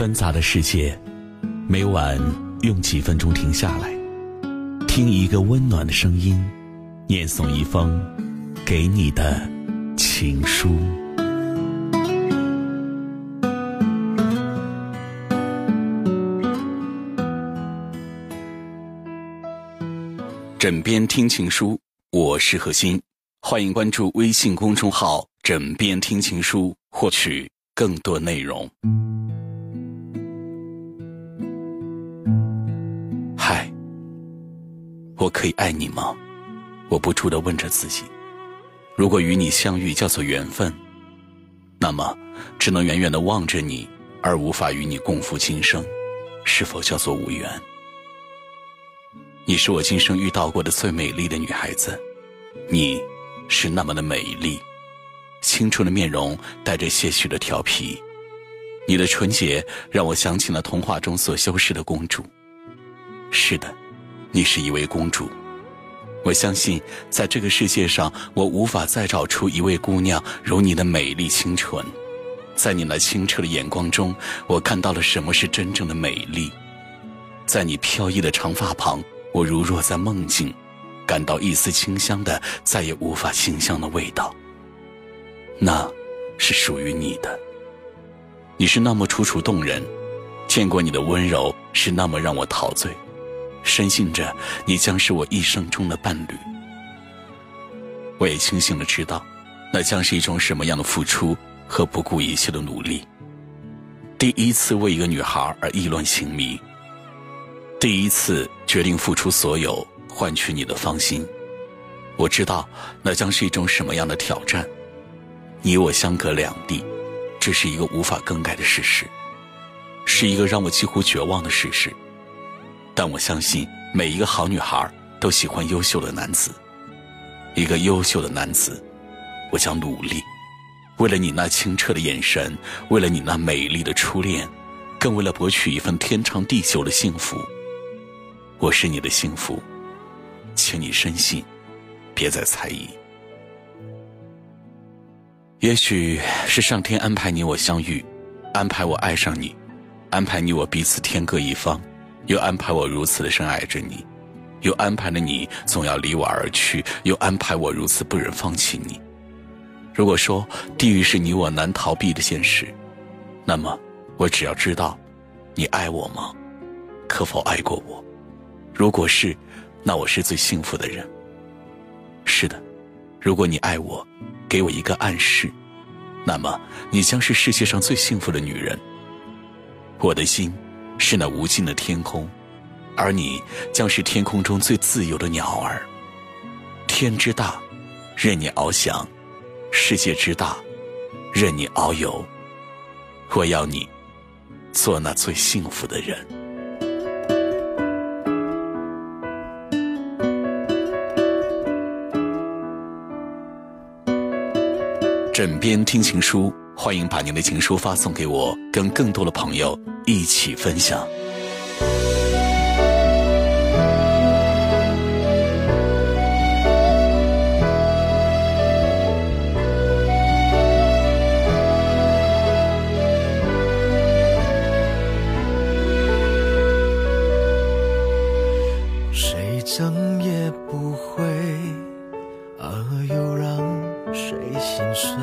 纷杂的世界，每晚用几分钟停下来，听一个温暖的声音，念诵一封给你的情书。枕边听情书，我是何欣，欢迎关注微信公众号枕边听情书，获取更多内容。嗨，我可以爱你吗？我不住地问着自己。如果与你相遇叫做缘分，那么只能远远地望着你，而无法与你共赴今生，是否叫做无缘？你是我今生遇到过的最美丽的女孩子，你是那么的美丽，清纯的面容带着些许的调皮，你的纯洁让我想起了童话中所修饰的公主。是的，你是一位公主。我相信在这个世界上，我无法再找出一位姑娘如你的美丽清纯。在你那清澈的眼光中，我看到了什么是真正的美丽。在你飘逸的长发旁，我如若在梦境，感到一丝清香的再也无法清香的味道。那是属于你的。你是那么楚楚动人，见过你的温柔是那么让我陶醉，深信着你将是我一生中的伴侣。我也清醒地知道，那将是一种什么样的付出和不顾一切的努力。第一次为一个女孩而意乱情迷，第一次决定付出所有换取你的芳心。我知道那将是一种什么样的挑战。你我相隔两地，这是一个无法更改的事实，是一个让我几乎绝望的事实。但我相信每一个好女孩都喜欢优秀的男子。一个优秀的男子，我将努力，为了你那清澈的眼神，为了你那美丽的初恋，更为了博取一份天长地久的幸福。我是你的幸福，请你深信，别再猜疑。也许是上天安排你我相遇，安排我爱上你，安排你我彼此天各一方，又安排我如此的深爱着你，又安排了你总要离我而去，又安排我如此不忍放弃你。如果说地狱是你我难逃避的现实，那么我只要知道你爱我吗？可否爱过我？如果是，那我是最幸福的人。是的，如果你爱我，给我一个暗示，那么你将是世界上最幸福的女人。我的心是那无尽的天空，而你将是天空中最自由的鸟儿。天之大，任你翱翔；世界之大，任你遨游。我要你做那最幸福的人。枕边听情书，欢迎把您的情书发送给我，跟更多的朋友一起分享。 谁整也不会，又让谁心碎？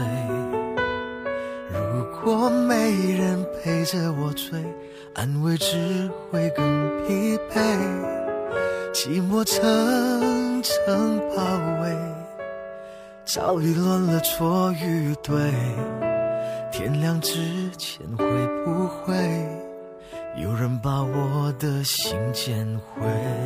如果没人陪着我追，安慰只会更疲惫。寂寞层层包围，早已乱了错与对。天亮之前会不会有人把我的心捡回？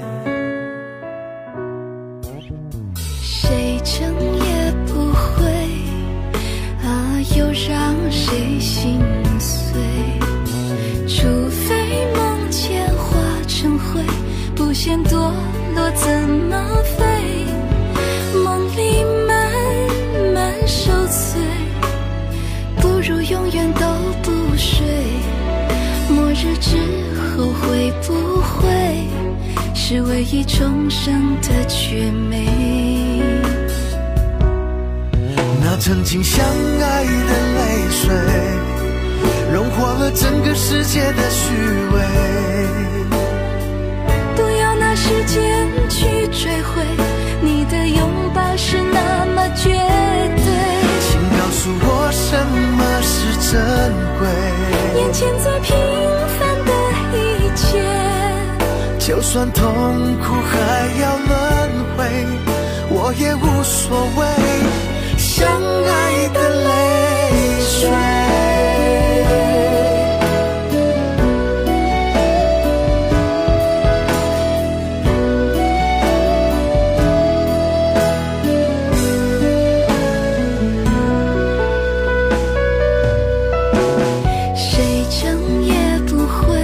谁整也不会又让谁心碎。除非梦见化成灰，不嫌堕落怎么飞？梦里慢慢受罪，不如永远都不睡。末日之后会不会是唯一终生的绝美？ 那曾经相爱的泪水，融化了整个世界的虚伪。 不要拿时间去追回，你的拥抱是那么绝对。 请告诉我什么是珍贵， 眼前最平凡的一切， 就算痛苦还要轮回，我也无所谓。相爱的泪水， 谁争也不会，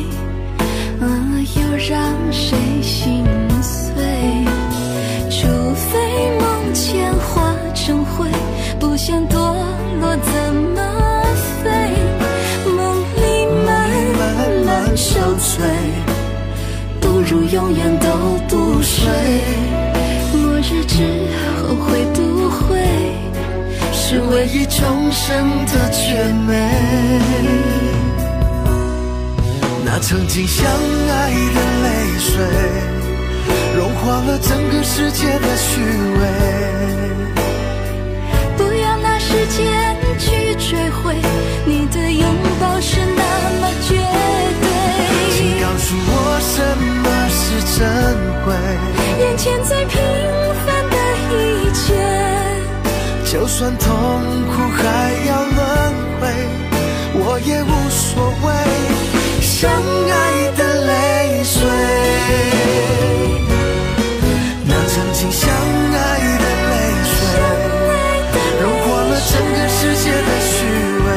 又让谁心碎。除非梦见化成灰，不想堕落怎么飞？梦里慢慢受罪，不如永远都不睡。末日之后会不会是唯一终生的绝美？ 那曾经相爱的泪水，融化了整个世界的虚伪。 不要拿时间去追回，你的拥抱是那么绝对。 请告诉我什么是珍贵， 眼前最平凡的一切， 就算痛苦还要轮回，我也无所谓。相爱的泪水，那曾经相爱的泪水，融化了整个世界的虚伪。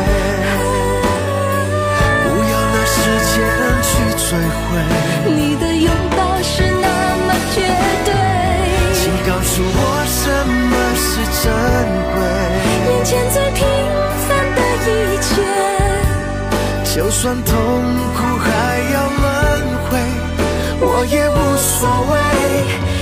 不要拿时间去追回， 你的拥抱是那么绝对。 请告诉我什么是珍贵， 眼前最平凡的一切， 就算痛苦还要轮回，我也无所谓。